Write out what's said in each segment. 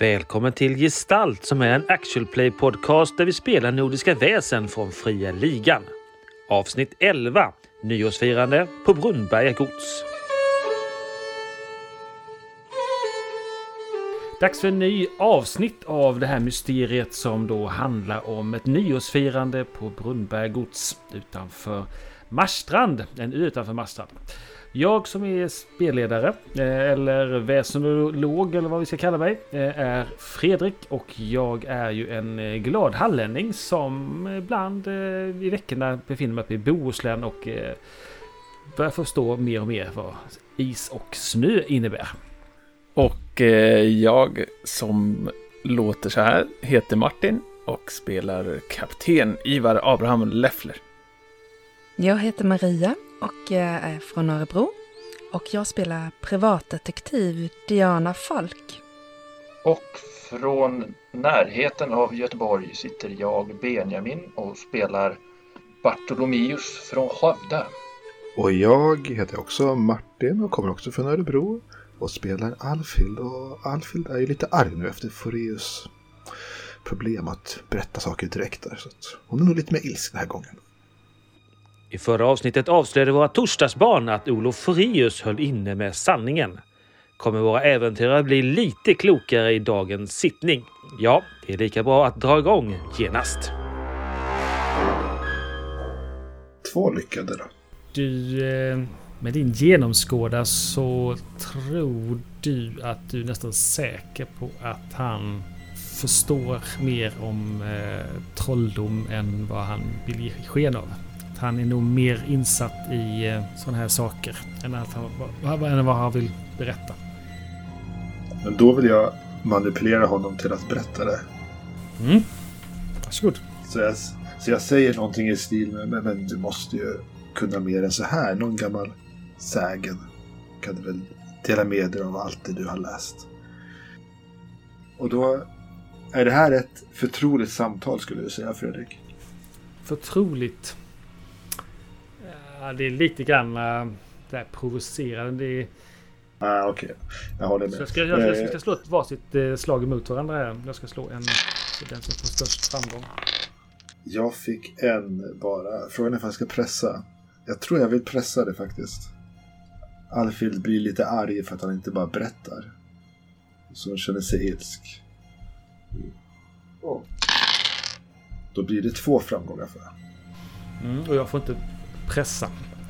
Välkommen till Gestalt som är en actual play podcast där vi spelar nordiska väsen från Fria Ligan. Avsnitt 11. Nyårsfirande på Brunnberga gods. Dags för en ny avsnitt av det här mysteriet som då handlar om ett nyårsfirande på Brunnberga gods utanför Marstrand. En ö utanför Marstrand. Jag som är spelledare, eller väsenolog eller vad vi ska kalla mig, är Fredrik och jag är ju en glad hallänning som ibland i veckorna befinner mig uppe i Bohuslän och börjar förstå mer och mer vad is och snö innebär. Och jag som låter så här heter Martin och spelar kapten Ivar Abraham Leffler. Jag heter Maria och jag är från Örebro och jag spelar privatdetektiv Diana Falk. Och från närheten av Göteborg sitter jag Benjamin och spelar Bartolomeus från Skövde. Och jag heter också Martin och kommer också från Örebro och spelar Alfhild. Och Alfhild är ju lite arg nu efter Foreus problem att berätta saker direkt där. Så att hon är nog lite mer ilsk den här gången. I förra avsnittet avslöjade våra torsdagsbarn att Olof Foreus höll inne med sanningen. Kommer våra äventyrare bli lite klokare i dagens sittning? Ja, det är lika bra att dra igång genast. 2 lyckade då. Du, med din genomskåda så tror du att du är nästan säker på att han förstår mer om trolldom än vad han vill ge sken av. Han är nog mer insatt i sådana här saker än vad han vill berätta. Men då vill jag manipulera honom till att berätta det. Varsågod. Så jag säger någonting i stil med men du måste ju kunna mer än så här. Någon gammal sägen kan du väl dela med dig av allt det du har läst. Och då är det här ett förtroligt samtal skulle du säga, Fredrik? Förtroligt? Ja, det är lite grann där provocerande. Okej. Jag håller med. Så jag ska slå ett varsitt slag emot varandra här. Jag ska slå den som får störst framgång. Jag fick en bara. Frågan är om jag ska pressa. Jag tror jag vill pressa det faktiskt. Alfhild blir lite arg för att han inte bara berättar. Så han känner sig ilsk. Då blir det 2 framgångar för jag. Och jag får inte pressa.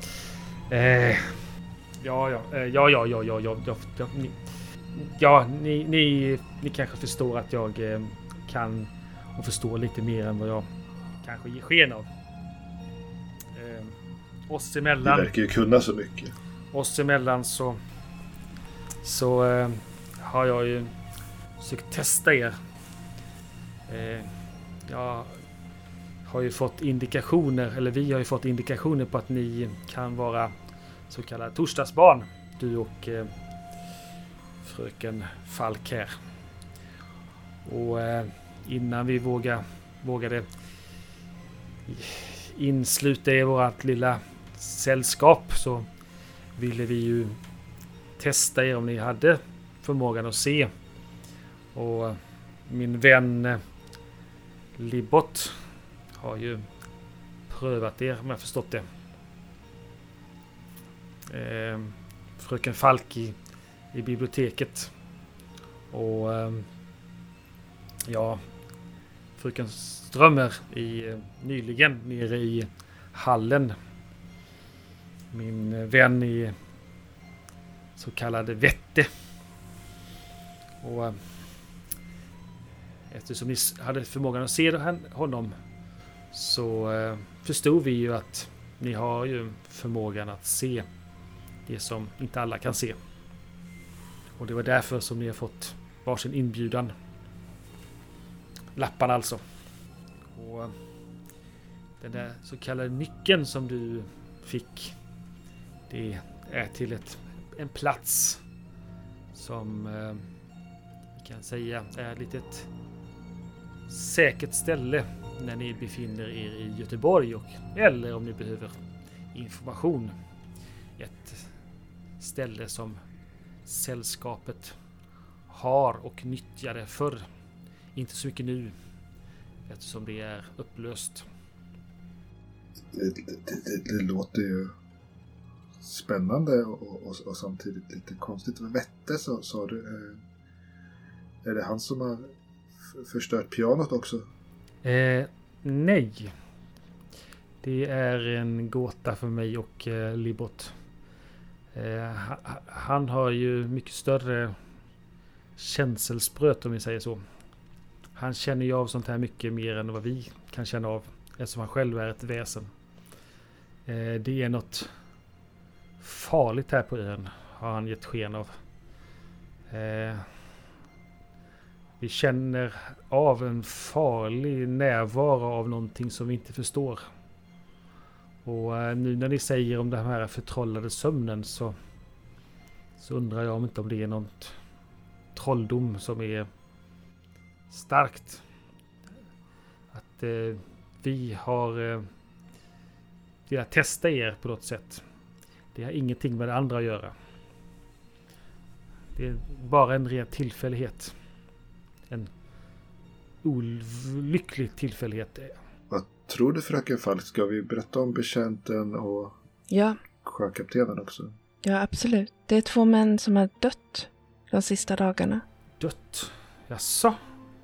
Ni kanske förstår att jag kan och förstår lite mer än vad jag kanske ger sken av. Oss emellan. Det verkar ju kunna så mycket. Oss emellan så har jag ju försökt testa er. Jag har ju fått indikationer, eller vi har ju fått indikationer på att ni kan vara så kallade torsdagsbarn. Du och fröken Falk här. Och innan vi vågade insluta i vårt lilla sällskap så ville vi ju testa er om ni hade förmågan att se. Och min vän Libbot har ju prövat er om jag förstått det. Fröken Falk i biblioteket. Och fröken Strömmer nyligen nere i hallen. Min vän i så kallade Vette. Och eftersom ni hade förmågan att se honom så förstod vi ju att ni har ju förmågan att se det som inte alla kan se. Och det var därför som ni har fått varsin inbjudan. Lappan alltså. Och den där så kallade nyckeln som du fick, det är till en plats som vi kan säga är ett litet säkert ställe när ni befinner er i Göteborg eller om ni behöver information. Ett ställe som sällskapet har och nyttjade förr. Inte så mycket nu, eftersom det är upplöst. Det låter ju spännande och samtidigt lite konstigt. Vette, sa du. Är det han som har förstört pianot också? Nej. Det är en gåta för mig och Libot. Han har ju mycket större känselspröt, om vi säger så. Han känner ju av sånt här mycket mer än vad vi kan känna av, eftersom han själv är ett väsen. Det är något farligt här på ön, har han gett sken av. Vi känner av en farlig närvaro av någonting som vi inte förstår. Och nu när ni säger om den här förtrollade sömnen så undrar jag om det är något trolldom som är starkt. Att vi har velat testa er på något sätt. Det har ingenting med det andra att göra. Det är bara en ren tillfällighet. En olycklig tillfällighet. Vad tror du, fröken Falk? Ska vi berätta om betjänten och sjökaptenen också? Ja, absolut. Det är 2 män som har dött de sista dagarna. Dött? Jaså?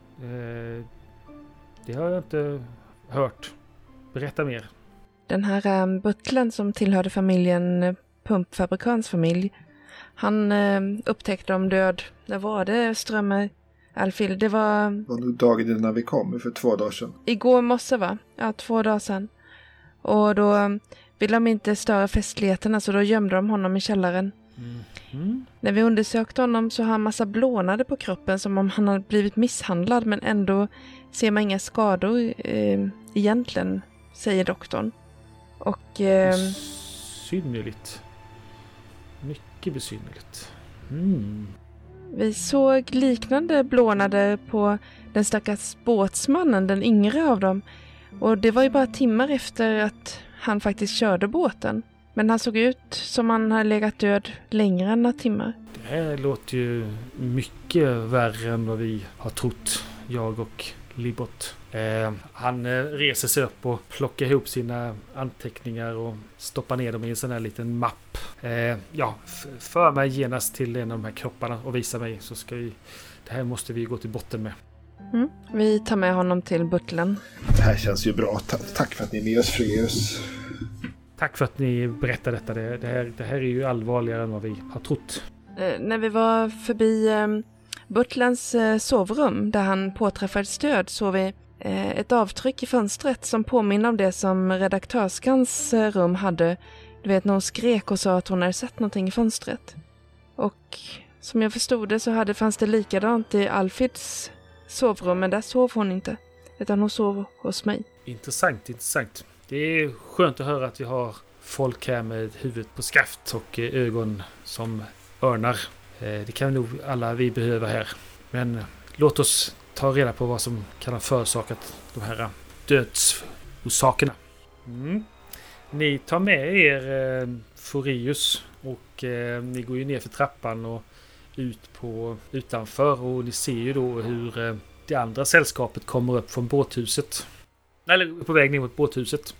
Det har jag inte hört. Berätta mer. Den här butlern som tillhörde familjen Pumpfabrikans familj, han upptäckte dem död. När var det, Strömmer? Alfil, det var nog dagen innan vi kom, för 2 dagar sedan. Igår morse, va? Ja, 2 dagar sedan. Och då ville de inte störa festligheterna, så då gömde de honom i källaren. När vi undersökte honom så har han massa blånader på kroppen, som om han hade blivit misshandlad, men ändå ser man inga skador egentligen, säger doktorn. Och besynnerligt. Mycket besynnerligt. Vi såg liknande blånader på den stackars båtsmannen, den yngre av dem. Och det var ju bara timmar efter att han faktiskt körde båten. Men han såg ut som han hade legat död längre än några timmar. Det här låter ju mycket värre än vad vi har trott, jag och Libot. Han reser sig upp och plockar ihop sina anteckningar och stoppar ner dem i en sån här liten mapp. För mig genast till en av de här kropparna och visa mig, så ska vi... Det här måste vi gå till botten med. Vi tar med honom till butlern. Det här känns ju bra. Tack för att ni är med oss, Freus. Tack för att ni berättar detta. Det här är ju allvarligare än vad vi har trott. När vi var förbi butlerns sovrum där han påträffades död, såg vi ett avtryck i fönstret som påminner om det som redaktörskans rum hade. Du vet, när hon skrek och sa att hon hade sett någonting i fönstret. Och som jag förstod det så fanns det likadant i Alfids sovrum, men där sov hon inte. Utan hon sov hos mig. Intressant. Det är skönt att höra att vi har folk här med huvudet på skaft och ögon som örnar. Det kan nog alla vi behöva här. Men låt oss ta reda på vad som kan ha förorsakat de här dödsorsakerna. Ni tar med er Forius och ni går ju ner för trappan och ut utanför, och ni ser ju då hur det andra sällskapet kommer upp från båthuset. Eller på väg ner mot båthuset.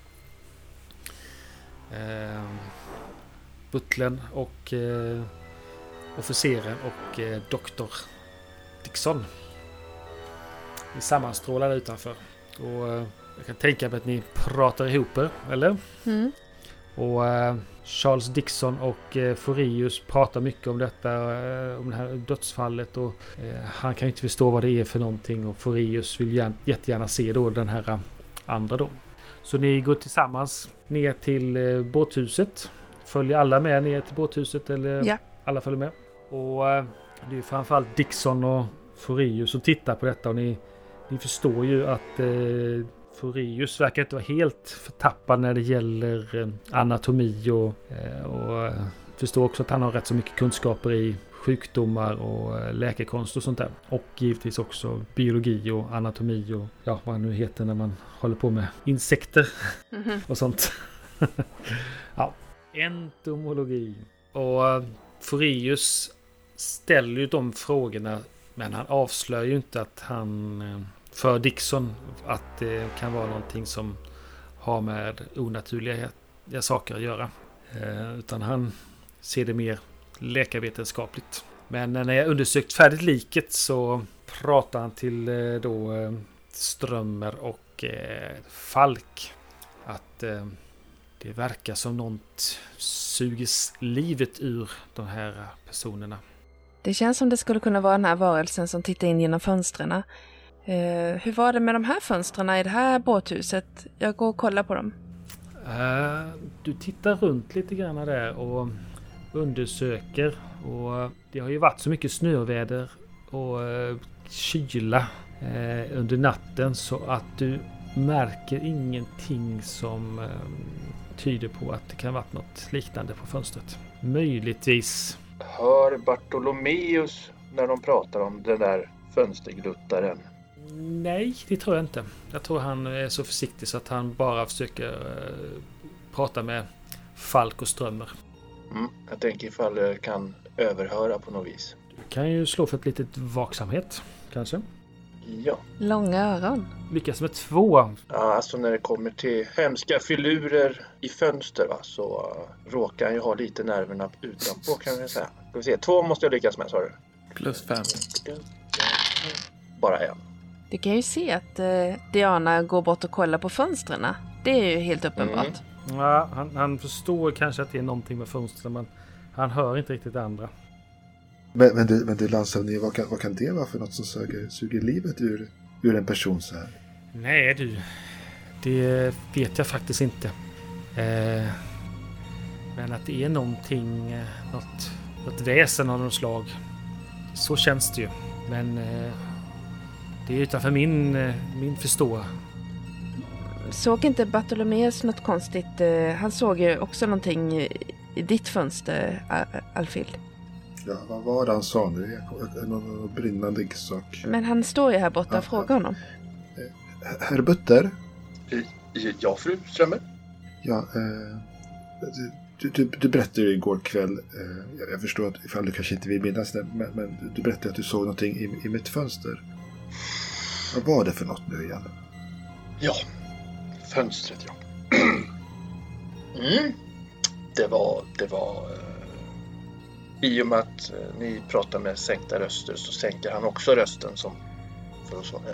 Butlern och officeren och doktor Dixon. Ni sammanstrålar utanför. Och jag kan tänka mig att ni pratar ihop er, eller? Och Charles Dixon och Forius pratar mycket om detta, om det här dödsfallet, och han kan ju inte förstå vad det är för någonting, och Forius vill jättegärna se då den här andra då. Så ni går tillsammans ner till båthuset. Följer alla med ner till båthuset, eller ja. Alla följer med. Och det är framförallt Dixon och Forius som tittar på detta, och ni förstår ju att Forius verkar inte vara helt förtappad när det gäller anatomi, och förstår också att han har rätt så mycket kunskaper i sjukdomar och läkekonst och sånt där. Och givetvis också biologi och anatomi och vad det nu heter när man håller på med insekter och sånt. Entomologi. Och Forius ställer ju de frågorna Men han avslöjar ju inte att han för Dixon att det kan vara någonting som har med onaturliga saker att göra. Utan han ser det mer läkarvetenskapligt. Men när jag undersökt färdigt liket så pratar han till då Strömmer och Falk att det verkar som något suges livet ur de här personerna. Det känns som det skulle kunna vara den här varelsen som tittar in genom fönstren. Hur var det med de här fönstren i det här båthuset? Jag går och kollar på dem. Du tittar runt lite grann där och undersöker. Och det har ju varit så mycket snöväder och kyla under natten så att du märker ingenting som tyder på att det kan ha varit något liknande på fönstret. Möjligtvis. Hör Bartolomeus när de pratar om den där fönstergluttaren? Nej, det tror jag inte. Jag tror han är så försiktig så att han bara försöker prata med Falk och Strömmer. Jag tänker ifall jag kan överhöra på något vis. Du kan ju slå för ett litet vaksamhet, kanske. Ja. Långa öron. Lyckas med 2. Ja, alltså när det kommer till hemska filurer i fönster så råkar han ju ha lite nerverna utanpå kan jag säga. Ska vi se, 2 måste jag lyckas med, sa du? +5. Bara 1. Du kan ju se att Diana går bort och kollar på fönstren. Det är ju helt uppenbart. Ja, han förstår kanske att det är någonting med fönstren men han hör inte riktigt det andra. Men du landshövding, vad kan det vara för något som suger livet ur en person så här? Nej du, det vet jag faktiskt inte. Men att det är någonting, något väsen av något slag. Så känns det ju. Men det är utanför min förstå. Såg inte Bartolomeus något konstigt? Han såg ju också någonting i ditt fönster, Alfhild. Ja, vad var det han sa nu? Någon brinnande sak. Men han står ju här borta, fråga honom. Herr Butter? Ja, fru Strömmer? Ja, du berättade ju igår kväll, jag förstår att ifall du kanske inte vill minnas det, men du berättade att du såg någonting i mitt fönster. Vad var det för något nu igen? Ja, fönstret, ja. Det var i och med att ni pratar med sänkta röster så sänker han också rösten som för att svara.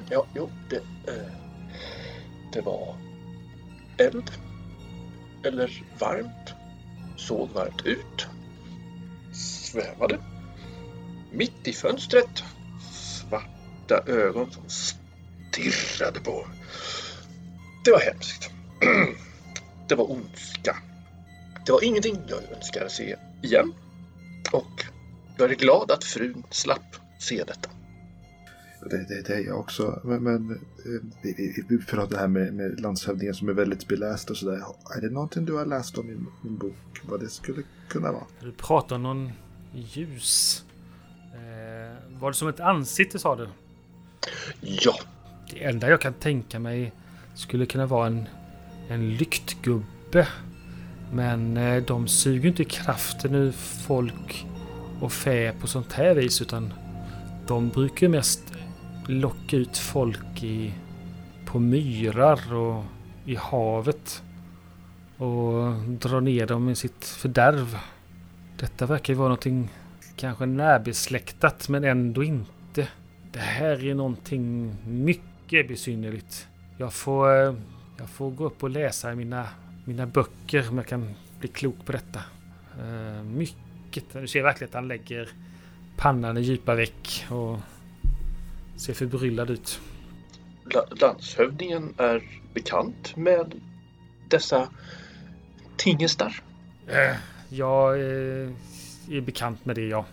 Det var eld eller varmt, såg varmt ut, svävade mitt i fönstret, svarta ögon som stirrade på. Det var hemskt. Det var ondska. Det var ingenting jag önskar se igen. Och jag är glad att frun slapp se detta. Det är jag också. Men vi pratar här med landshövdingen som är väldigt beläst och sådär. Är det någonting du har läst om i min bok? Vad det skulle kunna vara? Du pratar om någon ljus. Var det som ett ansikte, sa du? Ja. Det enda jag kan tänka mig skulle kunna vara en lyktgubbe. Men de suger inte kraften ur folk och fä på sånt här vis, utan de brukar mest locka ut folk på myrar och i havet och dra ner dem i sitt fördärv. Detta verkar ju vara någonting kanske närbesläktat men ändå inte. Det här är någonting mycket besynnerligt. Jag får gå upp och läsa i mina böcker om jag kan bli klok på detta. Mycket. Du ser verkligen att han lägger pannan i djupa veck och ser förbryllad ut. Landshövdingen är bekant med dessa tingestar? Jag är bekant med det, ja.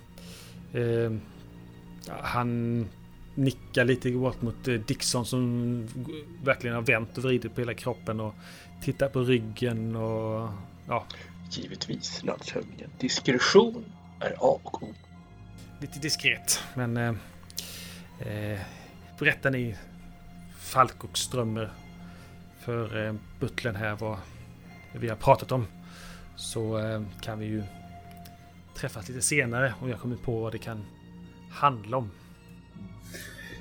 Han nickar lite bort mot Dixon som verkligen har vänt och vridit på hela kroppen och tittar på ryggen och ja. Givetvis, landshövdingen. Diskretion är A och O. Lite diskret, men berättar ni Falk och Strömmer för butlern här vad vi har pratat om, så kan vi ju träffas lite senare och jag kommer på vad det kan handla om.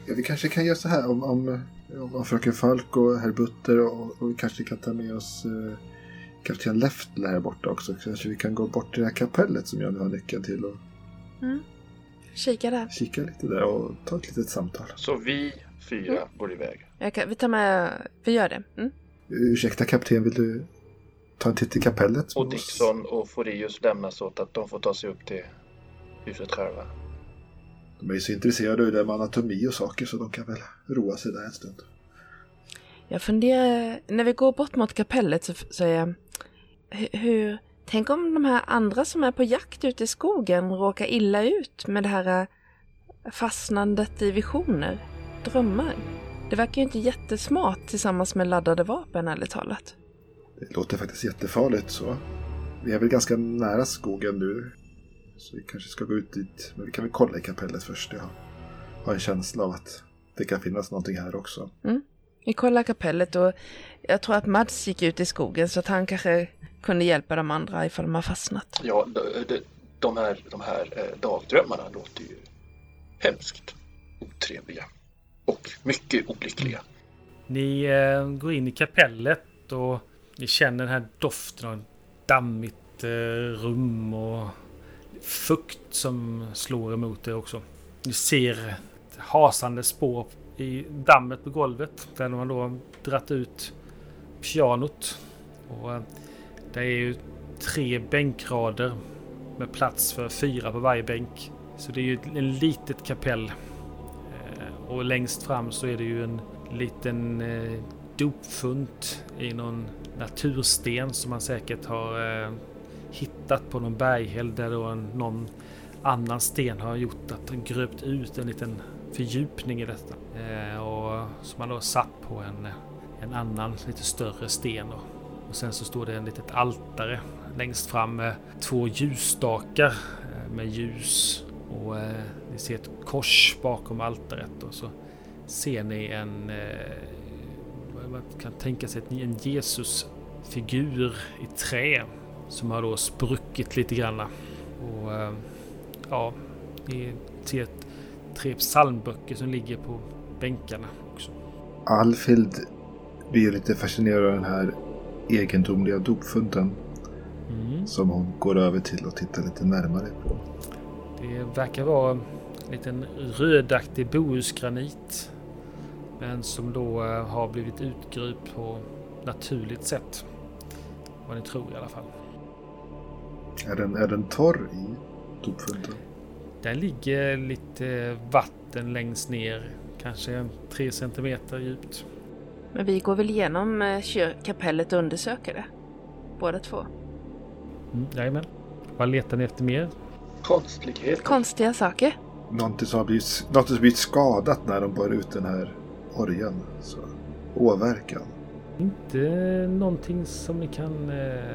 Ja, vi kanske kan göra så här om fröken Falk och herr Butter och vi kanske kan ta med oss kapten Leftler här borta också. Kanske vi kan gå bort till det här kapellet som jag nu har nyckeln till och Kika där. kika lite där och ta ett litet samtal. Så vi 4 går iväg. Vi gör det. Ursäkta kapten, vill du ta en titt i kapellet? Och Dixon och Forius lämnas åt att de får ta sig upp till huset själva. De är ju så intresserade av det med anatomi och saker så de kan väl roa sig där en stund. Jag funderar, när vi går bort mot kapellet så är jag... Tänk om de här andra som är på jakt ute i skogen råkar illa ut med det här fastnandet i visioner, drömmar. Det verkar ju inte jättesmart tillsammans med laddade vapen, ärligt talat. Det låter faktiskt jättefarligt så. Vi är väl ganska nära skogen nu. Så vi kanske ska gå ut dit. Men vi kan väl kolla i kapellet först. Jag har en känsla av att det kan finnas någonting här också. Vi kollar kapellet och jag tror att Mads gick ut i skogen så att han kanske kunde hjälpa de andra ifall de har fastnat. Ja, de här dagdrömmarna låter ju hemskt otrevliga och mycket olyckliga. Ni går in i kapellet och ni känner den här doften av dammigt rum och fukt som slår emot er också. Ni ser ett hasande spår i dammet på golvet där man då har dratt ut pianot. Och det är ju 3 bänkrader med plats för 4 på varje bänk. Så det är ju en litet kapell. Och längst fram så är det ju en liten dopfunt i någon natursten som man säkert har hittat på någon berghäll där då någon annan sten har gjort att den gröpt ut en liten fördjupning i detta. Och som man då satt på en annan lite större sten. Och sen så står det en litet altare längst fram med 2 ljusstakar med ljus. Och ni ser ett kors bakom altaret och så ser ni man kan tänka sig en Jesusfigur i trä som har då spruckit lite grann. Och ja, ni ser 3 psalmböcker som ligger på bänkarna också. Alfhild blir lite fascinerad av den här egendomliga dopfunten som hon går över till och tittar lite närmare på. Det verkar vara en liten rödaktig bohusgranit men som då har blivit utgrypt på naturligt sätt. Vad ni tror i alla fall. Är den torr i dopfunten? Den ligger lite vatten längst ner. Kanske 3 centimeter djupt. Men vi går väl igenom kapellet och undersöker det. Båda 2. Jajamän. Vad letar ni efter mer? Konstlighet. Konstiga saker. Någonting som har blivit skadat när de bar ut den här orgen. Så åverkan. Inte någonting som ni kan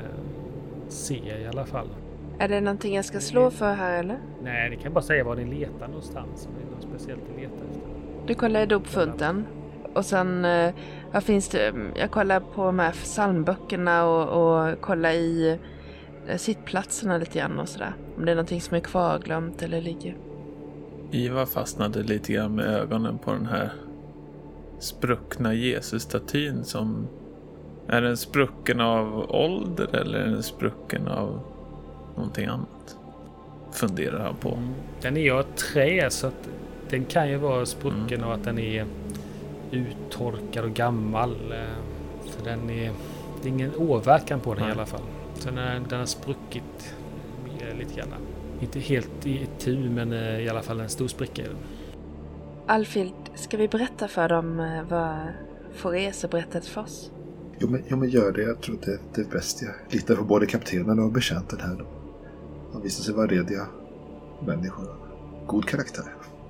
se i alla fall. Är det någonting jag ska slå för här eller? Nej, ni kan bara säga var ni letar någonstans. Om det är något speciellt ni letar efter. Du kollar i dopfunten. Och sen, vad finns det? Jag kollar på de här psalmböckerna och kollar i sittplatserna lite grann och sådär. Om det är någonting som är kvarglömt eller ligger. Iva fastnade lite grann med ögonen på den här spruckna Jesus-statyn som... Är den sprucken av ålder eller är den sprucken av någonting annat? Funderar han på. Den är ju av trä så att den kan ju vara sprucken av att den är uttorkad och gammal. Så det är ingen åverkan på den i alla fall. Så den har spruckit lite grann. Inte helt i tu men i alla fall en stor spricka i den. Alfhild, ska vi berätta för dem vad Forius har berättat för oss? Jo men gör det. Jag tror att det är bäst. Jag litar på både kaptenen och betjänten här. De visar sig vara rediga människor. God karaktär.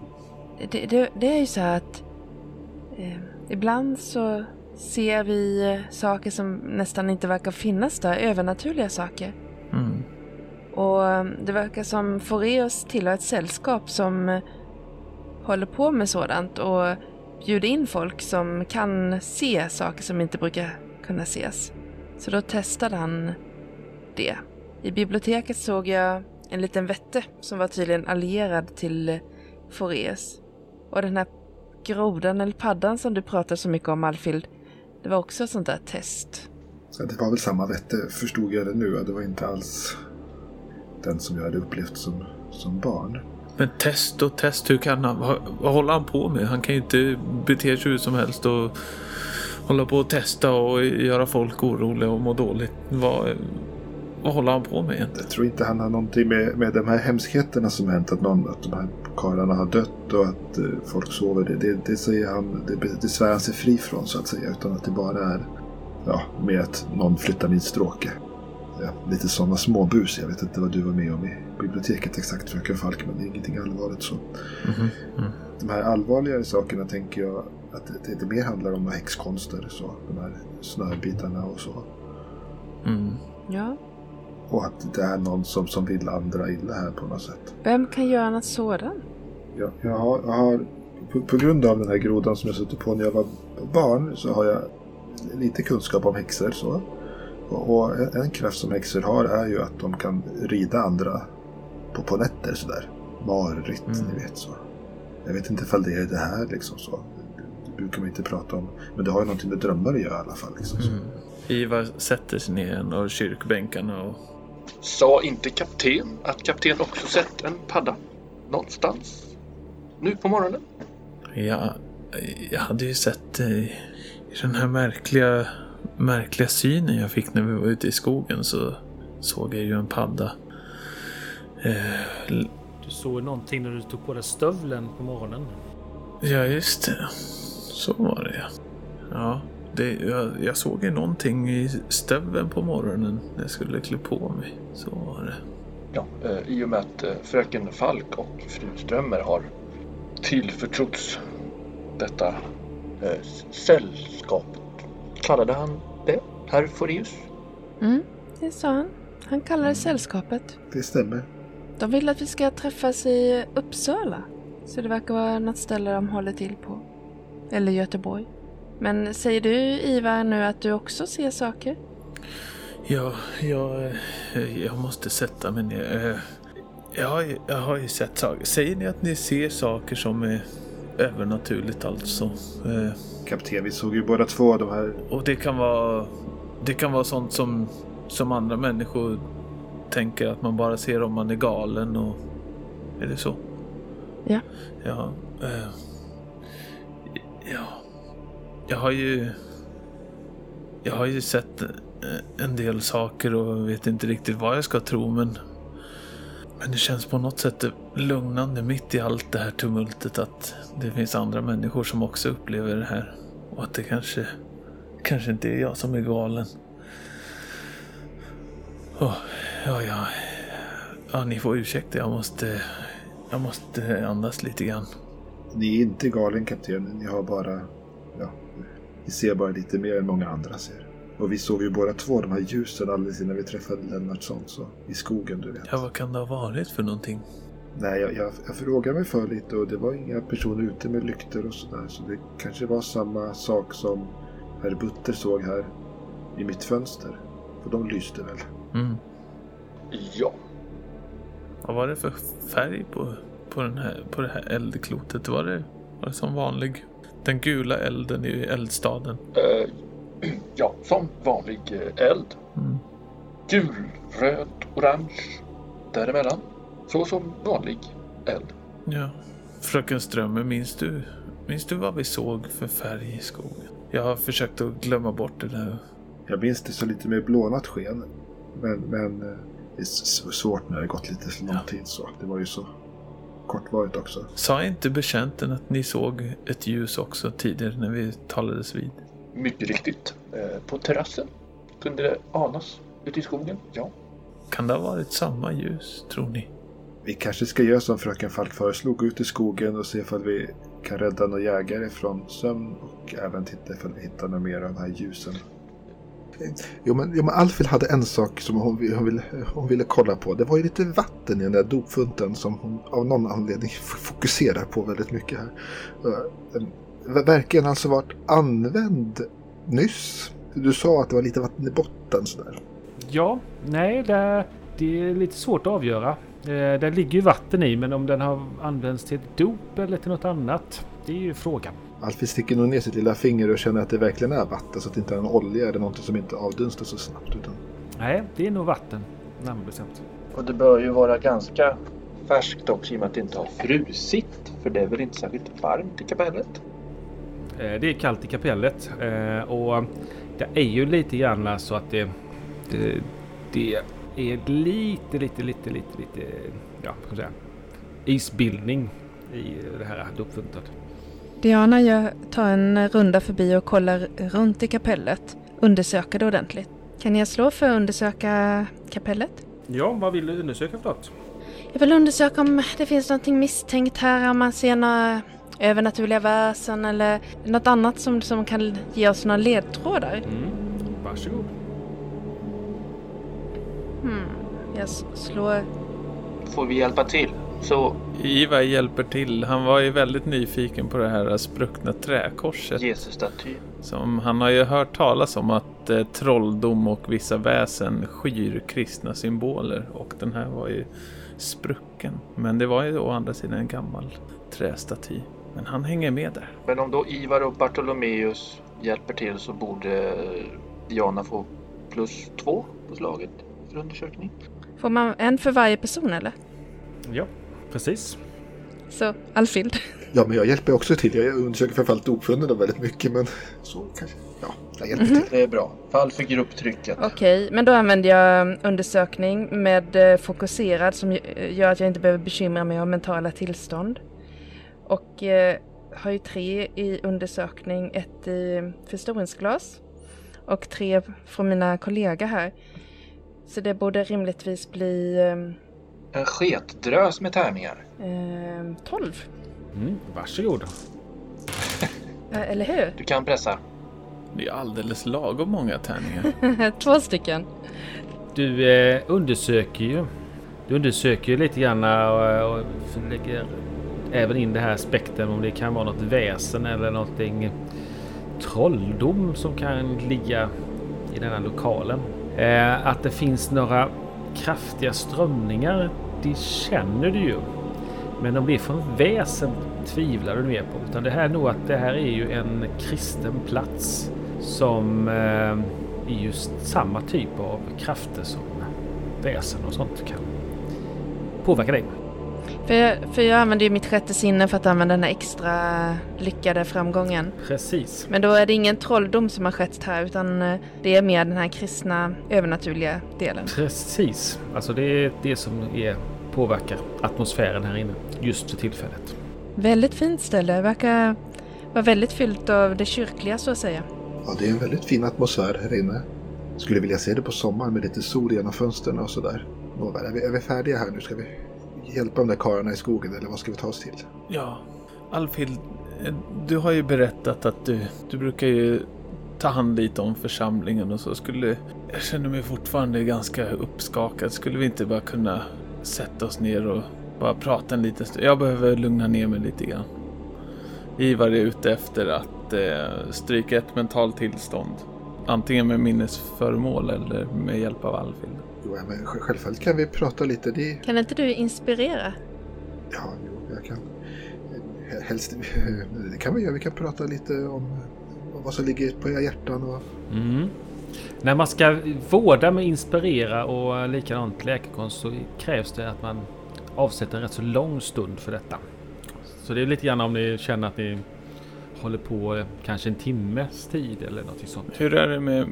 Det är ju så att ibland så ser vi saker som nästan inte verkar finnas där. Övernaturliga saker. Och det verkar som Forius tillhör ett sällskap som håller på med sådant och bjuder in folk som kan se saker som inte brukar kunna ses. Så då testade han det. I biblioteket såg jag en liten vätte som var tydligen allierad till Forius. Och den här grodan eller paddan som du pratar så mycket om, Alfhild, det var också ett sånt där test. Ja, det var väl samma vette, förstod jag det nu. Det var inte alls den som jag hade upplevt som barn. Men test, hur kan han, vad håller han på med? Han kan ju inte bete sig hur som helst och hålla på och testa och göra folk oroliga och må dåligt. Vad håller han på med egentligen? Jag tror inte han har någonting med de här hemskheterna som hänt, att de här karlarna har dött och att folk sover. Det säger han, det svär han sig fri från, så att säga, utan att det bara är med att någon flyttar min stråke. Ja, lite sådana småbus. Jag vet inte vad du var med om i biblioteket exakt, fröken Falk, men det är ingenting allvarligt så. De här allvarligare sakerna tänker jag att det mer handlar om häxkonster, så de här snörbitarna och så. Ja. Och att det är någon som vill andra illa här på något sätt. Vem kan göra något sådant? Jag har på grund av den här grodan som jag suttit på när jag var barn, så har jag lite kunskap om häxor så. Och en kraft som häxor har är ju att de kan rida andra på nätter sådär. Marrytt, ni vet så. Jag vet inte ifall det är det här liksom så. Det brukar man inte prata om. Men det har ju någonting med drömmar att göra i alla fall liksom så. Ivar sätter sig ner och kyrkbänkarna och... Sa inte kapten att kapten också sett en padda någonstans nu på morgonen? Ja, jag hade ju sett i den här märkliga synen jag fick när vi var ute i skogen, så såg jag ju en padda. Du såg någonting när du tog på dig stövlen på morgonen. Ja, just det. Så var det, ja. Jag såg ju någonting i stöveln på morgonen när jag skulle klä på mig. Så var det. Ja, i och med att fröken Falk och fru Strömmer har tillförtrotts detta sällskapet. Kallade han det? Herr Foreus? Det sa han. Han kallar det sällskapet. Det stämmer. De vill att vi ska träffas i Uppsala. Så det verkar vara något ställe de håller till på. Eller Göteborg. Men säger du, Ivar, nu att du också ser saker? Ja, jag måste sätta mig ner. Jag har ju sett saker. Säger ni att ni ser saker som är övernaturligt alltså? Kapten, vi såg ju båda två de här... Och det kan vara sånt som andra människor tänker att man bara ser om man är galen och... Är det så? Ja. Ja. Jag har ju sett en del saker och vet inte riktigt vad jag ska tro, men det känns på något sätt lugnande mitt i allt det här tumultet att det finns andra människor som också upplever det här och att det kanske inte är jag som är galen. Ja, ni får ursäkta, jag måste andas lite grann. Ni är inte galen, kapten. Ni har bara... ni ser bara lite mer än många andra ser. Och vi såg ju båda två de här ljusen alldeles innan vi träffade Lennartsson så, i skogen, du vet. Ja, vad kan det ha varit för någonting? Nej, jag frågade mig för lite och det var inga personer ute med lyktor och sådär. Så det kanske var samma sak som herr Butter såg här i mitt fönster. För de lyste väl. Ja. Vad var det för färg på det här eldklotet? Var det som vanlig? Den gula elden i eldstaden? Ja, som vanlig eld. Gul, röd, orange. Däremellan. Så som vanlig eld. Ja. Fröken Strömmer, minns du vad vi såg för färg i skogen? Jag har försökt att glömma bort det där. Jag minns det så lite mer blånat sken. Men det är svårt när det gått lite för lång tid så. Det var ju så kortvarigt också. Sa inte betjänten att ni såg ett ljus också tidigare när vi talades vid? Mycket riktigt. På terrassen kunde det anas ute i skogen, ja. Kan det ha varit samma ljus, tror ni? Vi kanske ska göra som fröken Falk föreslog, gå ut i skogen och se ifall vi kan rädda några jägare från sömn och även titta ifall vi hittar några mer av de här ljusen. Jo men Alfhild hade en sak som hon ville kolla på. Det var ju lite vatten i den där dopfunten som hon av någon anledning fokuserar på väldigt mycket här. Verkligen alltså varit använd nyss. Du sa att det var lite vatten i botten sådär. Ja, nej, det Det är lite svårt att avgöra. Där ligger ju vatten i, men om den har använts till ett dop eller till något annat, det är ju frågan. Alfie sticker nog ner sitt lilla finger och känner att det verkligen är vatten, så att det inte är en olja eller något som inte avdunstar så snabbt. Utan... Nej, det är nog vatten, närmare bestämt. Och det bör ju vara ganska färskt också i och med att det inte har frusit. För det är väl inte särskilt varmt i kapellet? Det är kallt i kapellet. Och det är ju lite grann så att det är lite ja, kan säga, isbildning i det här dopfuntet. Diana tar en runda förbi och kollar runt i kapellet. Undersöker det ordentligt. Kan jag slå för att undersöka kapellet? Ja, vad vill du undersöka för något? Jag vill undersöka om det finns någonting misstänkt här. Om man ser några övernaturliga väsen eller något annat som kan ge oss några ledtrådar. Varsågod. Jag slår... Får vi hjälpa till? Så Ivar hjälper till. Han var ju väldigt nyfiken på det här spruckna träkorset. Jesus-staty. Som han har ju hört talas om att trolldom och vissa väsen skyr kristna symboler. Och den här var ju sprucken. Men det var ju å andra sidan en gammal trästaty. Men han hänger med där. Men om då Ivar och Bartolomeus hjälper till så borde Diana få +2 på slaget för undersökning. Får man en för varje person eller? Ja, precis. Så, Alfhild. Ja, men jag hjälper också till. Jag undersöker framförallt dopfunden väldigt mycket, men så kanske. Ja, jag hjälper till. Det är bra. Fall för grupptrycket. Okej, men då använder jag undersökning med fokuserad som gör att jag inte behöver bekymra mig om mentala tillstånd. Och har ju 3 i undersökning, 1 i förstoringsglas och 3 från mina kollegor här. Så det borde rimligtvis bli... En sketdrös med tärningar. 12. Varsågod. Eller hur? Du kan pressa. Det är alldeles lagom många tärningar. 2 stycken. Du undersöker ju lite grann och lägger även in det här aspekten om det kan vara något väsen eller någonting trolldom som kan ligga i den här lokalen. Att det finns några kraftiga strömningar, det känner du ju. Men om det är från väsen tvivlar du mer på. Utan det här är nog att det här är ju en kristen plats som är just samma typ av krafter som väsen och sånt kan påverka dig. För jag använder ju mitt 6:e sinne för att använda den här extra lyckade framgången. Precis. Men då är det ingen trolldom som har skett här utan det är mer den här kristna övernaturliga delen. Precis. Alltså det är det som påverkar atmosfären här inne just för tillfället. Väldigt fint ställe. Det verkar vara väldigt fyllt av det kyrkliga så att säga. Ja, det är en väldigt fin atmosfär här inne. Skulle vilja se det på sommaren med lite sol genom fönstren och sådär. Är vi färdiga här nu? Ska vi hjälpa de där karlarna i skogen eller vad ska vi ta oss till? Ja, Alfhild, du har ju berättat att du brukar ju ta hand lite om församlingen och så. Jag känner mig fortfarande ganska uppskakad. Skulle vi inte bara kunna sätta oss ner och bara prata en liten stund? Jag behöver lugna ner mig lite grann. Ivar är ute efter att stryka ett mentalt tillstånd. Antingen med minnesföremål eller med hjälp av Alfhild. Jo, men självfallet kan vi prata lite. Kan inte du inspirera? Ja, jo, jag kan. Helst, det kan vi göra. Vi kan prata lite om vad som ligger på era hjärtan. Och... När man ska vårda med inspirera och likadant läkekonst så krävs det att man avsätter en rätt så lång stund för detta. Så det är lite grann om ni känner att ni håller på kanske en timmes tid eller något sånt. Hur är det med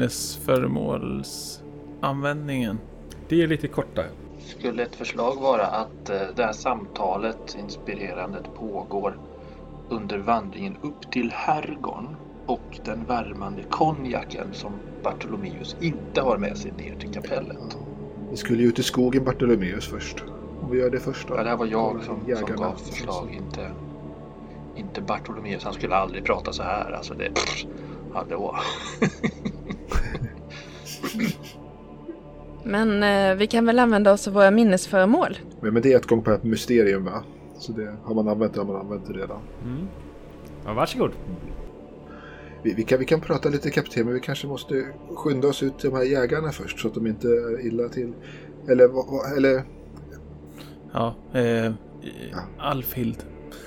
minnesföremålsanvändningen? Det är lite kortare. Skulle ett förslag vara att det här samtalet, inspirerandet, pågår under vandringen upp till Hergon och den värmande konjaken som Bartolomeus inte har med sig ner till kapellet. Vi skulle ju ut i skogen, Bartolomeus, först. Om vi gör det först då. Ja, det här var jag som gav förslag, inte Bartolomeus. Han skulle aldrig prata så här. Alltså det... Hallå. Men vi kan väl använda oss av våra minnesföremål? Men det är ett gång på ett mysterium, va? Så det har man använt det redan. Ja, varsågod. Vi kan prata lite, kapten, men vi kanske måste skynda oss ut till de här jägarna först så att de inte är illa till. Eller... Ja, Alfhild.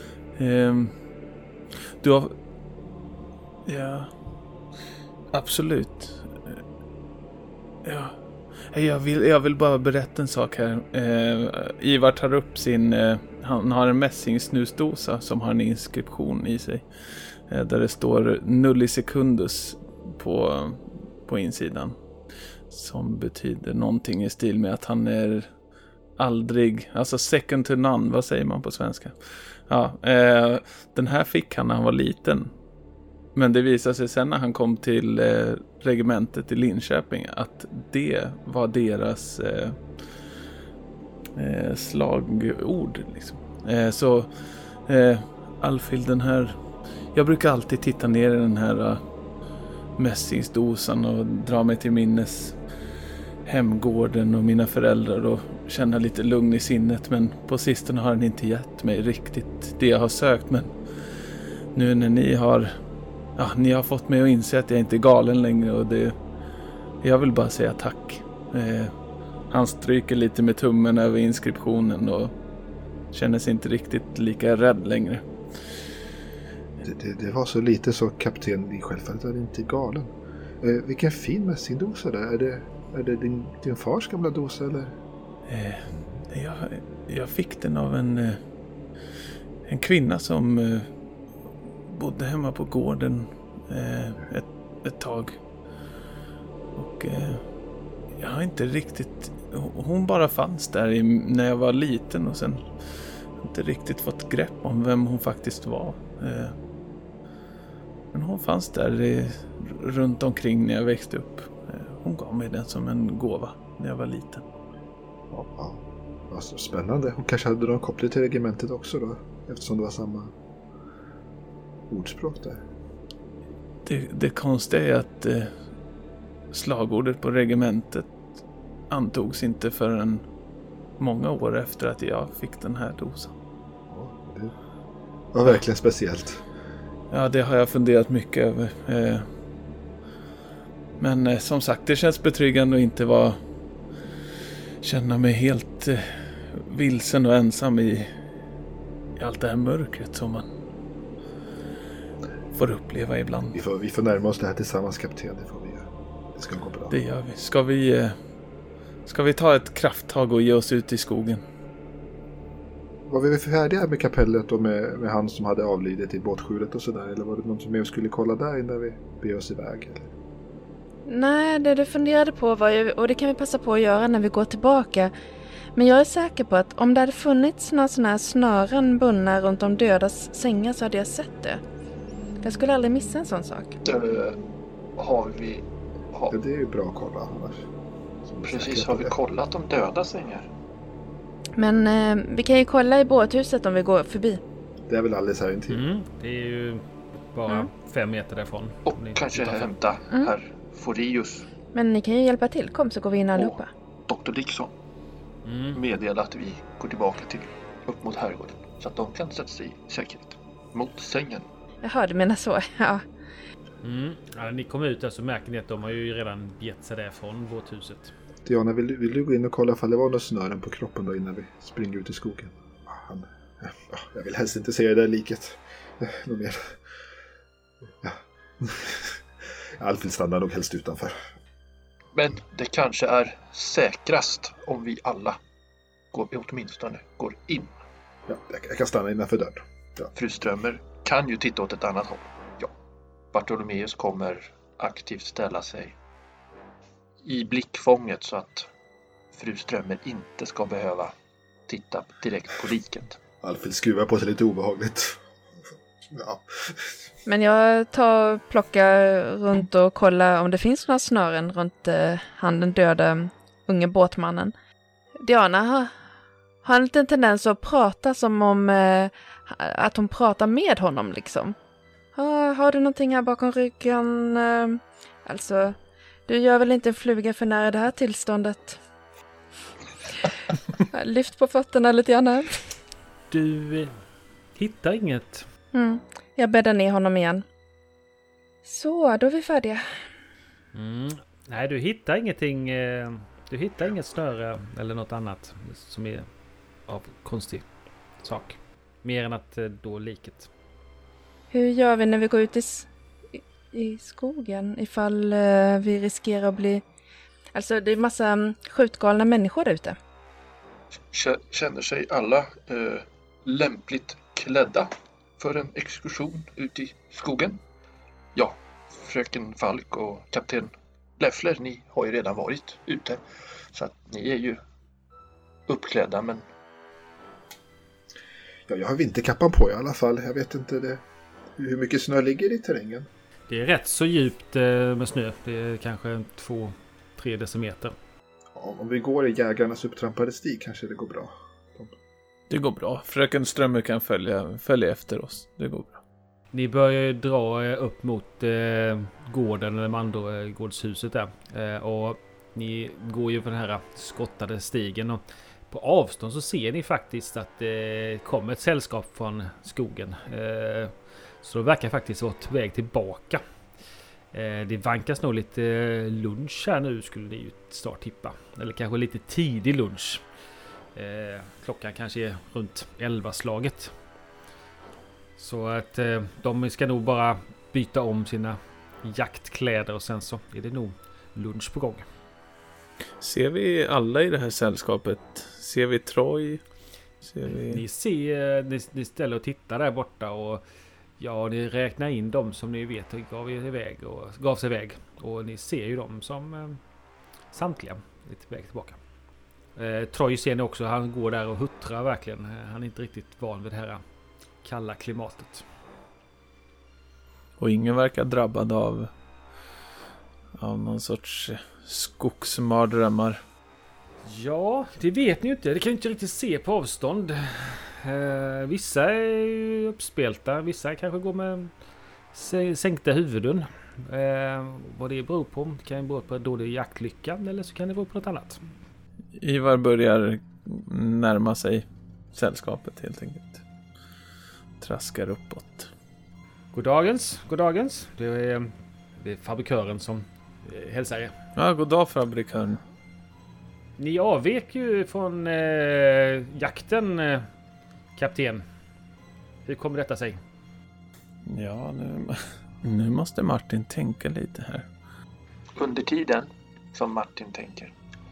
Du har... Ja, absolut. Ja, jag vill bara berätta en sak här. Ivar tar upp sin... han har en mässingsnusdosa som har en inskription i sig. Där det står Nulli Secundus på insidan. Som betyder någonting i stil med att han är aldrig... Alltså second to none, vad säger man på svenska? Ja, den här fick han när han var liten. Men det visade sig sen när han kom till regementet i Linköping att det var deras slagord. Liksom. Så Alfhild, den här... Jag brukar alltid titta ner i den här mässingsdosan och dra mig till minnes hemgården och mina föräldrar och känna lite lugn i sinnet. Men på sistone har den inte gett mig riktigt det jag har sökt. Men nu när ni har fått mig att inse att jag inte är galen längre, och jag vill bara säga tack. Han stryker lite med tummen över inskriptionen och känner sig inte riktigt lika rädd längre. Det var så lite så kapten i självfallet är inte galen. Vilken fin mässingdosa där. Är det din fars gamla dosa eller? Jag fick den av en kvinna som bodde hemma på gården ett tag. Och jag har inte riktigt... Hon bara fanns där när jag var liten och sen inte riktigt fått grepp om vem hon faktiskt var. Men hon fanns där runt omkring när jag växte upp. Hon gav mig den som en gåva när jag var liten. Ja. Alltså, spännande. Hon kanske hade någon koppling till regementet också då, eftersom det var samma ordspråk där. Det konstiga är att slagordet på regementet antogs inte förrän många år efter att jag fick den här dosan. Ja, det var verkligen speciellt. Ja, det har jag funderat mycket över. Men som sagt, det känns betryggande att inte känna mig helt vilsen och ensam i allt det här mörkret som man får uppleva ibland. Vi får närma oss det här tillsammans, kapten. Det får vi göra. Det ska gå bra. Det gör vi. Ska vi ta ett krafttag och ge oss ut i skogen? Var vi färdiga med kapellet och med han som hade avlidit i båtskjulet och sådär? Eller var det någon som mer skulle kolla där innan vi beger oss iväg? Eller? Nej, det du funderade på var ju, och det kan vi passa på att göra när vi går tillbaka. Men jag är säker på att om det hade funnits några sådana här snören bundna runt de dödas sängar så hade jag sett det. Jag skulle aldrig missa en sån sak. Har vi... Ja, det är ju bra att kolla annars. Precis, har vi kollat de döda sängar? Men vi kan ju kolla i båthuset om vi går förbi. Det är väl alldeles här intill. Det är ju bara 5 meter därifrån. Och kanske hämta herr Forius. Men ni kan ju hjälpa till. Kom så går vi in allihopa. Dr. Dixon. Meddela att vi går tillbaka upp mot herrgården. Så att de kan sätta sig i säkerhet. Mot sängen. Jag hörde menar så, ja. Ja, ni kommer ut där så märker ni att de har ju redan gett sig därifrån båthuset. Diana, vill du gå in och kolla ifall det var några snören på kroppen då innan vi springer ut i skogen? Jag vill helst inte se det där liket. Något mer. Ja. Alfhild stannar nog helst utanför. Men det kanske är säkrast om vi alla åtminstone går in. Ja, jag kan stanna innanför dörren. Ja. Fru Strömmer kan ju titta åt ett annat håll. Ja. Bartolomeus kommer aktivt ställa sig i blickfånget så att fru Strömmer inte ska behöva titta direkt på liket. Alfhild skruvar på sig lite obehagligt. Ja. Men jag plockar runt och kollar om det finns några snören runt den döda unge båtmannen. Diana har en liten tendens att prata som om att hon pratar med honom liksom. Har du någonting här bakom ryggen? Alltså, du gör väl inte en fluga för nära det här tillståndet? Lyft på fötterna lite grann. Du hittar inget. Jag bäddar ner honom igen. Så, då är vi färdiga. Nej, du hittar ingenting Du hittar inget snöre eller något annat som är av konstig sak. Mer än att då liket. Hur gör vi när vi går ut i skogen ifall vi riskerar att bli... Alltså det är massa skjutgalna människor där ute. Känner sig alla lämpligt klädda för en exkursion ut i skogen? Ja, fröken Falk och kapten Leffler, ni har ju redan varit ute. Så att ni är ju uppklädda, men... Ja, jag har vinterkappan på i alla fall. Jag vet inte hur mycket snö ligger i terrängen. Det är rätt så djupt med snö. Det är kanske 2-3 decimeter. Ja, om vi går i jägarnas upptrampade stig kanske det går bra. Det går bra. Fröken Strömmer kan följa efter oss. Det går bra. Ni börjar ju dra upp mot gården, eller Mandogårdshuset där. Och ni går ju på den här skottade stigen. Och på avstånd så ser ni faktiskt att det kommer ett sällskap från skogen. Så det verkar faktiskt vara på väg tillbaka. Det vankas nog lite lunch här nu, skulle ni ju snart tippa. Eller kanske lite tidig lunch. Klockan kanske är runt 11-slaget. Så att de ska nog bara byta om sina jaktkläder och sen så är det nog lunch på gång. Ser vi alla i det här sällskapet? Ser vi Troy? Ni ställer och tittar där borta och ja, ni räknar in dem som ni vet gav sig iväg. Och ni ser ju dem som samtliga är på väg tillbaka. Troy ser ni också, han går där och huttrar verkligen. Han är inte riktigt van vid det här kalla klimatet. Och ingen verkar drabbad av någon sorts skogsmardrömmar. Ja, det vet ni ju inte. Det kan ju inte riktigt se på avstånd. Vissa är uppspelta, vissa kanske går med sänkta huvuden. Vad det beror på kan ju bero på dålig jaktlycka eller så kan det bero på något annat. Ivar börjar närma sig sällskapet helt enkelt. Traskar uppåt. Goddagens. Det är fabrikören som hälsar er. Ja, god dag fabrikören. Ni avvek ju från jakten, kapten. Hur kommer detta sig? Ja, nu måste Martin tänka lite här. Under tiden som Martin tänker.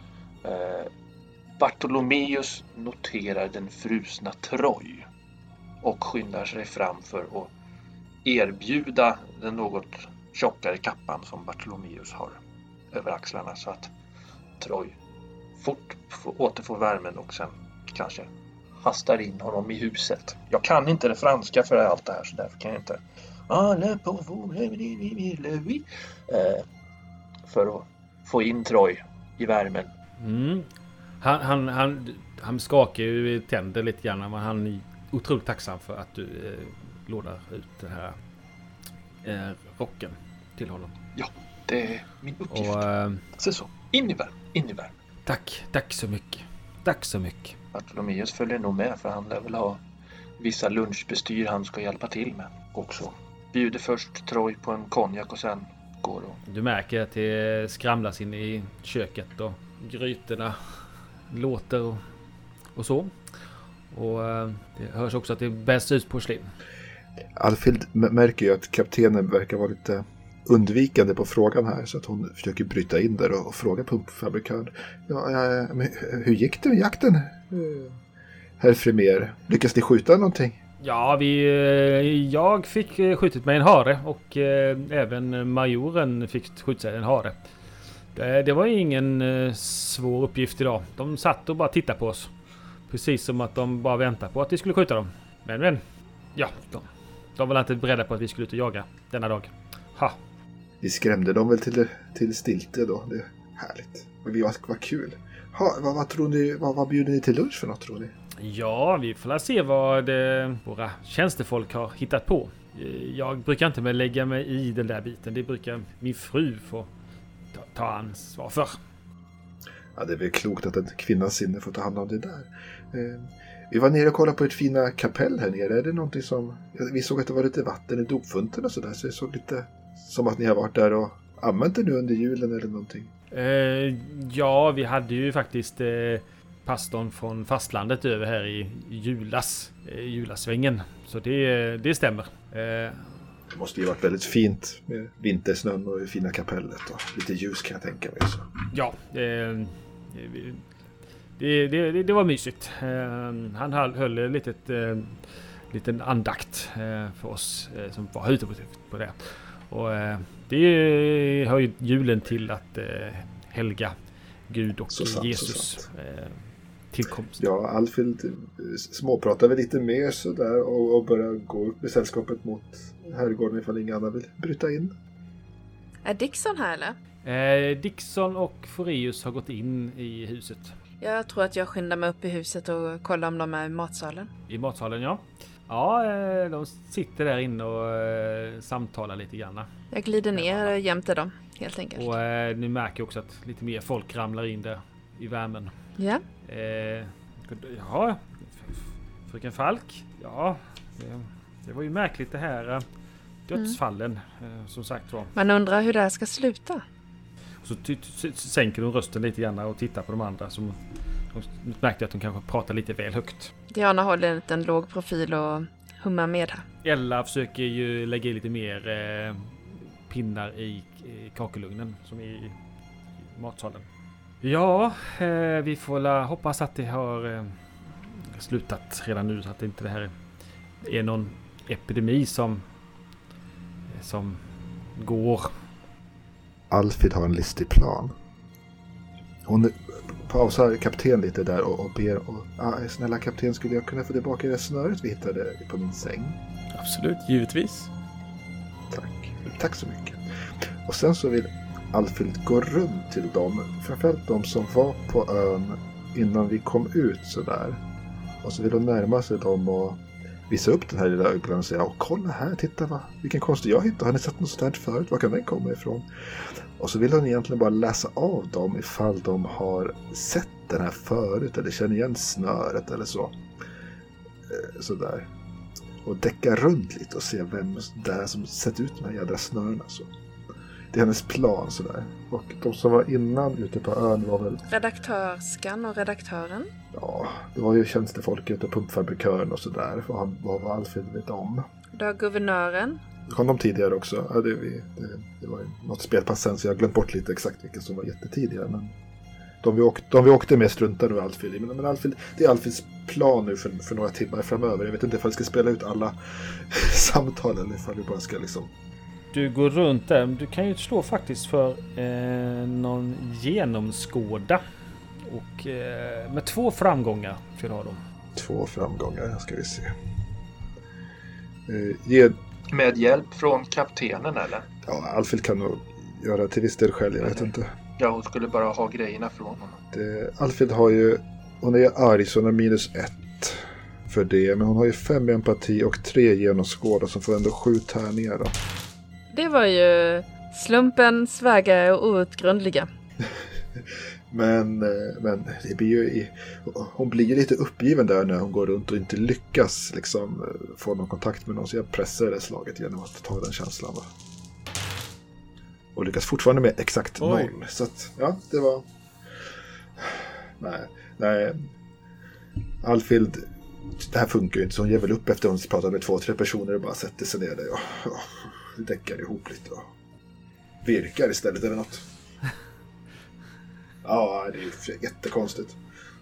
Bartolomeus noterar den frusna Troy och skyndar sig fram för att erbjuda den något tjockare kappan som Bartolomeus har över axlarna så att Troy fort återfår värmen och sen kanske hastar in honom i huset. Jag kan inte det franska för allt det här så därför kan jag inte för att få in Troy i värmen. Mm. Han skakar ju tänder lite grann men han är otroligt tacksam för att du lånar ut den här rocken till honom. Ja, det är min uppgift. Så, in i värmen. Tack så mycket. Bartolomeus följer nog med för han lär väl ha vissa lunchbestyr han ska hjälpa till med också. Bjuder först Troy på en konjak och sen går och... Du märker att det skramlas in i köket och grytorna låter och så. Och det hörs också att det bäst ut porslin. Alfhild märker ju att kaptenen verkar vara lite undvikande på frågan här så att hon försöker bryta in där och fråga pumpfabrikören. Men hur gick det med jakten, herr Frimér? Lyckas ni skjuta någonting? Ja, jag fick skjutit med en hare och även majoren fick skjuta en hare. Det var ingen svår uppgift idag. De satt och bara tittade på oss. Precis som att de bara väntade på att vi skulle skjuta dem. Men ja, de var inte beredda på att vi skulle ut och jaga denna dag. Ha! Vi skrämde dem väl till stilte då. Det är härligt. Vad kul. Vad tror ni? Vad bjuder ni till lunch för något, tror ni? Ja, vi får se vad våra tjänstefolk har hittat på. Jag brukar inte lägga mig i den där biten. Det brukar min fru få ta ansvar för. Ja, det är väl klokt att en kvinnas sinne får ta hand om det där. Vi var nere och kollade på ett fina kapell här nere. Är det någonting som... Vi såg att det var lite vatten i dopfunten och sådär. Så det såg lite som att ni har varit där och använt det nu under julen eller någonting. Ja, vi hade ju faktiskt pastorn från fastlandet över här i julasvängen. Så det stämmer. Det måste ju varit väldigt fint med vintersnön och det fina kapellet och lite ljus kan jag tänka mig. Så. Ja, det var mysigt. Han höll en liten andakt för oss som var ute på det. Och det hör ju julen till att helga Gud och Jesus tillkomst. Ja, Alfhild småpratar väl lite mer sådär och börjar gå upp i sällskapet mot herrgården ifall ingen annan vill bryta in. Är Dixon här eller? Dixon och Foreus har gått in i huset. Jag tror att jag skyndar mig upp i huset och kollar om de är i matsalen. I matsalen, ja. Ja, de sitter där inne och samtalar lite grann. Jag glider ner jämte dem, helt enkelt. Och ni märker också att lite mer folk ramlar in där i värmen. Ja. Ja, fröken Falk. Ja, det var ju märkligt det här dödsfallen, som sagt var. Man undrar hur det här ska sluta. Så sänker de rösten lite grann och tittar på de andra som märkte att de kanske pratar lite väl högt. Diana håller en liten låg profil och hummar med här. Ella försöker ju lägga lite mer pinnar i kakelugnen som är i matsalen. Ja, vi får hoppas att det har slutat redan nu så att inte det här är någon epidemi som går. Alfhild har en listig plan. Hon pausar kapten lite där och ber snälla kapten, skulle jag kunna få tillbaka det snöret vi hittade på min säng? Absolut, givetvis. Tack så mycket. Och sen så vill Alfhild gå runt till dem, framförallt de som var på ön innan vi kom ut sådär. Och så vill hon närma sig dem och visa upp den här lilla ögonen och säga, kolla här, titta vilken konst jag hittade. Har ni sett något sånt här förut? Var kan den komma ifrån? Och så vill hon egentligen bara läsa av dem ifall de har sett den här förut eller känner igen snöret eller så. Sådär. Och däcka runt lite och se vem det är som sett ut de här jädra snörena. Så. Det är hennes plan sådär. Och de som var innan ute på ön var väl... Redaktörskan och redaktören? Ja, det var ju tjänstefolket och pumpfabrikören och sådär. Vad var Alfhild vet om? Du har guvernören? Kom de tidigare också? Ja, det var ju något spelpass sen så jag har glömt bort lite exakt vilka som var jättetidigare. Men de vi åkte med struntade nu Alfhild i. Men Alfhild, det är Alfhids plan nu för några timmar framöver. Jag vet inte ifall vi ska spela ut alla samtal eller ifall vi bara ska liksom... Du går runt där. Du kan ju slå faktiskt för någon genomskåda. Och med 2 framgångar ska du ha dem. 2 framgångar, ska vi se. Med hjälp från kaptenen eller? Ja, Alfhild kan nog göra till viss del själv, jag vet inte. Ja, hon skulle bara ha grejerna från honom. Alfhild har ju, hon är arg så hon har -1 för det. Men hon har ju 5 empati och 3 genomskåda som får ändå 7 tärningar då. Det var ju slumpens vägar och outgrundliga. men det blir ju hon blir lite uppgiven där när hon går runt och inte lyckas liksom få någon kontakt med någon, så jag pressar det slaget genom att ta den känslan va? Och lyckas fortfarande med exakt 0. Så att, ja, det var nej Alfhild, det här funkar ju inte, så hon ger väl upp efter hon pratat med 2-3 personer och bara sätter sig ner där och däckar ihop lite och virkar istället eller något. Ja, det är ju jättekonstigt.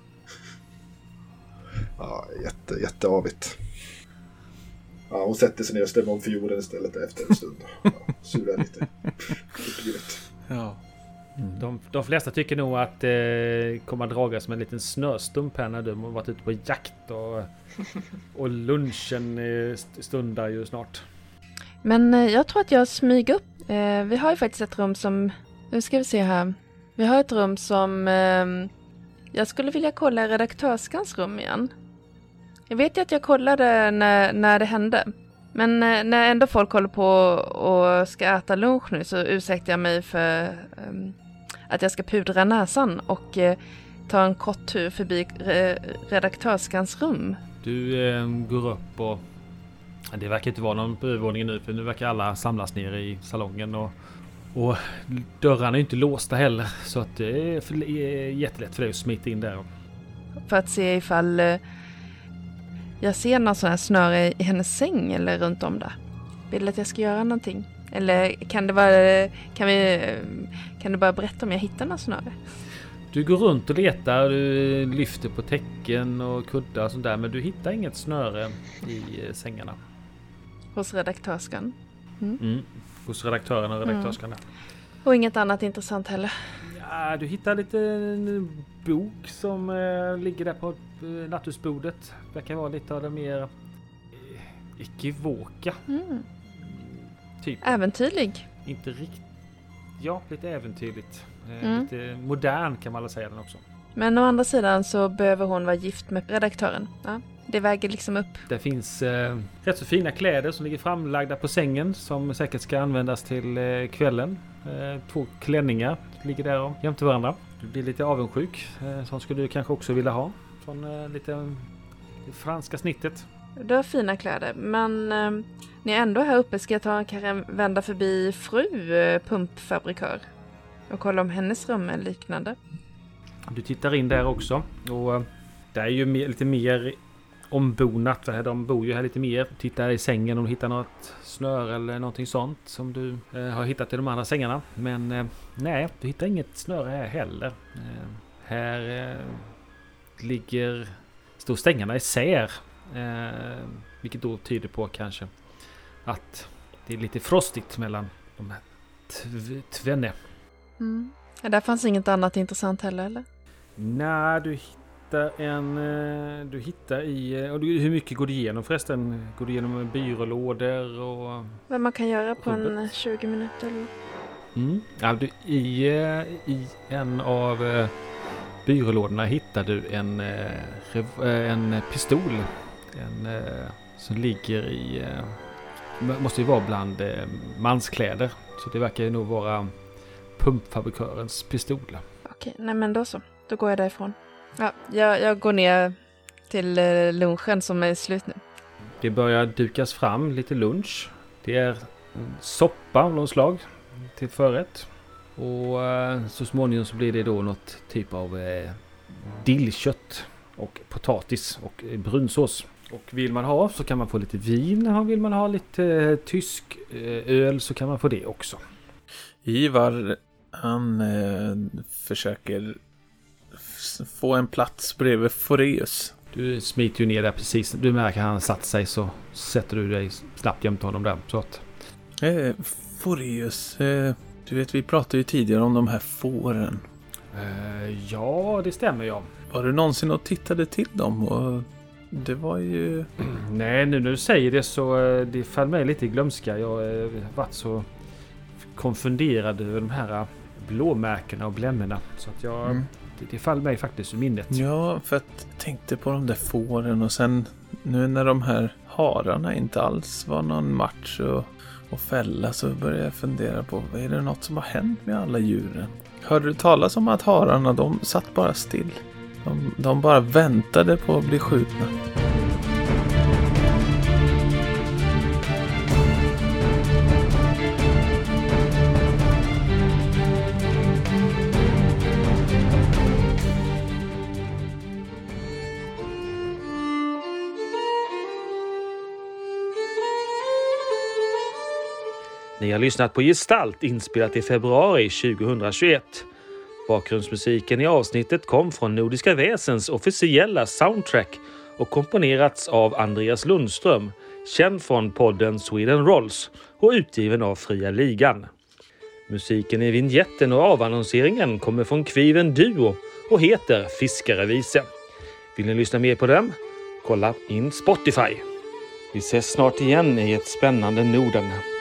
Ja, jätteavigt. Ja, hon sätter sig ner och stämmer om fiolen istället efter en stund. Ja, surar lite. Ja. De flesta tycker nog att kommer att dragas med en liten snöstump här när du har varit ute på jakt och lunchen stundar ju snart. Men jag tror att jag smyger upp. Vi har ju faktiskt ett rum som... Nu ska vi se här. Vi har ett rum som... jag skulle vilja kolla redaktörskans rum igen. Jag vet ju att jag kollade när det hände. Men när ändå folk håller på och ska äta lunch nu så ursäktar jag mig för att jag ska pudra näsan och ta en kort tur förbi redaktörskans rum. Du går upp och... Det verkar inte vara någon på övervåningen nu, för nu verkar alla samlas ner i salongen Och dörrarna är inte låsta heller, så att det är jättelätt för dig att smita in där. För att se ifall jag ser någon sån här snöre i hennes säng eller runt om där. Vill att jag ska göra någonting? Eller kan du bara berätta om jag hittar någon snöre? Du går runt och letar, du lyfter på täcken och kuddar och sånt där, men du hittar inget snöre i sängarna. Hos redaktörskan? Hos redaktören och redaktörskan där. Och inget annat intressant heller? Ja, du hittar lite en bok som ligger där på nattduksbordet. Verkar vara lite av det mer ekivoka. Typ. Äventyrlig? Inte riktigt. Ja, lite äventyrligt. Lite modern kan man väl säga den också. Men å andra sidan så behöver hon vara gift med redaktören. Ja, det väger liksom upp. Det finns rätt så fina kläder som ligger framlagda på sängen som säkert ska användas till kvällen. 2 klänningar ligger där jämte varandra. Du blir lite avundsjuk. Sånt skulle du kanske också vilja ha. Från lite franska snittet. Du har fina kläder, men ni är ändå här uppe. Ska jag kanske vända förbi fru pumpfabrikör och kolla om hennes rum är liknande? Du tittar in där också, och det är ju lite mer ombonat. De bor ju här lite mer. Tittar i sängen om du hittar något snöre eller någonting sånt som du har hittat i de andra sängarna. Men nej, du hittar inget snöre här heller. Här står stängarna isär. Vilket då tyder på kanske att det är lite frostigt mellan de här tvenne. Ja, där fanns inget annat intressant heller, eller? Nej, du hittar i... Och hur mycket går du igenom förresten? Går du igenom byrålådor och... Vad man kan göra på en 20 minuter eller? Ja, i en av byrålådorna hittar du en pistol. Som ligger i... måste ju vara bland manskläder. Så det verkar ju nog vara pumpfabrikörens pistol. Okej, nej men då så. Då går jag därifrån. Ja, jag går ner till lunchen som är slut nu. Det börjar dukas fram lite lunch. Det är soppa av någon slag till förrätt. Och så småningom så blir det då något typ av dillkött och potatis och brunsås. Och vill man ha så kan man få lite vin. Och vill man ha lite tysk öl så kan man få det också. Ivar, han försöker få en plats bredvid Foreus. Du smiter ju ner där precis. Du märker att han satt sig, så sätter du dig snabbt jämte honom där. Så att... Foreus, du vet vi pratade ju tidigare om de här fåren. Ja, det stämmer ja. Var du någonsin och tittade till dem? Och det var ju... Nej, nu när du säger det så det faller mig lite i glömska. Jag har varit så konfunderad över de här blåmärkena och blämmorna. Så att jag... Det faller mig faktiskt ur minnet. Ja, för att jag tänkte på de där fåren och sen nu när de här hararna inte alls var någon match och fälla, så började jag fundera på, är det något som har hänt med alla djuren? Hörde du talas om att hararna, de satt bara still? De bara väntade på att bli skjutna. Ni har lyssnat på Gestalt, inspelat i februari 2021. Bakgrundsmusiken i avsnittet kom från Nordiska Väsens officiella soundtrack och komponerats av Andreas Lundström, känd från podden Sweden Rolls och utgiven av Fria Ligan. Musiken i vignetten och avannonseringen kommer från Kviven Duo och heter Fiskarevise. Vill ni lyssna mer på dem? Kolla in Spotify. Vi ses snart igen i ett spännande Norden.